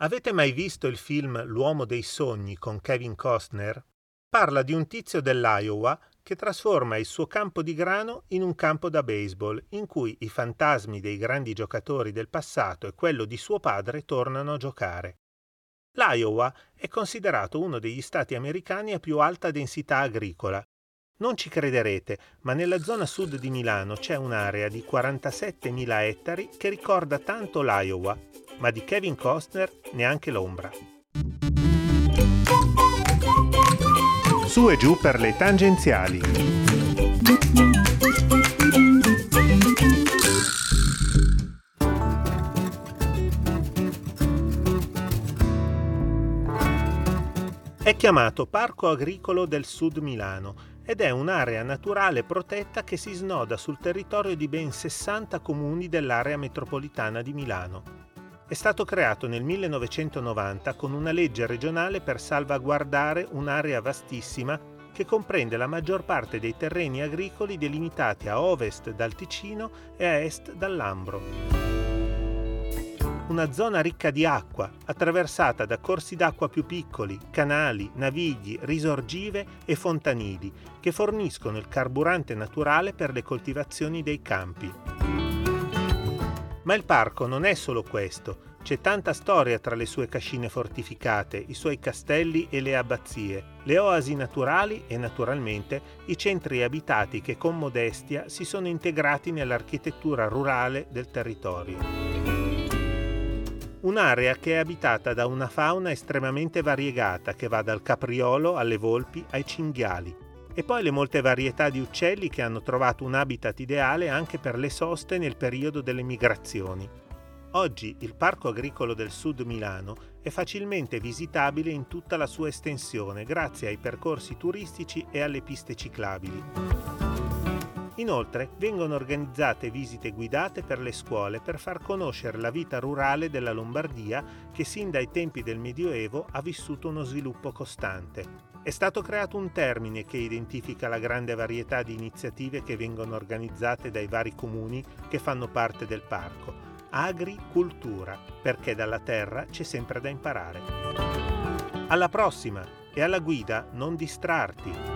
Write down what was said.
Avete mai visto il film L'uomo dei sogni con Kevin Costner? Parla di un tizio dell'Iowa che trasforma il suo campo di grano in un campo da baseball in cui i fantasmi dei grandi giocatori del passato e quello di suo padre tornano a giocare. L'Iowa è considerato uno degli stati americani a più alta densità agricola. Non ci crederete, ma nella zona sud di Milano c'è un'area di 47.000 ettari che ricorda tanto l'Iowa, ma di Kevin Costner neanche l'ombra. Su e giù per le tangenziali. È chiamato Parco Agricolo del Sud Milano ed è un'area naturale protetta che si snoda sul territorio di ben 60 comuni dell'area metropolitana di Milano. È stato creato nel 1990 con una legge regionale per salvaguardare un'area vastissima che comprende la maggior parte dei terreni agricoli delimitati a ovest dal Ticino e a est dal Lambro. Una zona ricca di acqua, attraversata da corsi d'acqua più piccoli, canali, navigli, risorgive e fontanili, che forniscono il carburante naturale per le coltivazioni dei campi. Ma il parco non è solo questo, c'è tanta storia tra le sue cascine fortificate, i suoi castelli e le abbazie, le oasi naturali e naturalmente i centri abitati che con modestia si sono integrati nell'architettura rurale del territorio. Un'area che è abitata da una fauna estremamente variegata che va dal capriolo alle volpi ai cinghiali e poi le molte varietà di uccelli che hanno trovato un habitat ideale anche per le soste nel periodo delle migrazioni. Oggi il Parco Agricolo del Sud Milano è facilmente visitabile in tutta la sua estensione grazie ai percorsi turistici e alle piste ciclabili. Inoltre vengono organizzate visite guidate per le scuole per far conoscere la vita rurale della Lombardia che sin dai tempi del Medioevo ha vissuto uno sviluppo costante. È stato creato un termine che identifica la grande varietà di iniziative che vengono organizzate dai vari comuni che fanno parte del parco. Agricultura, perché dalla terra c'è sempre da imparare. Alla prossima e alla guida non distrarti!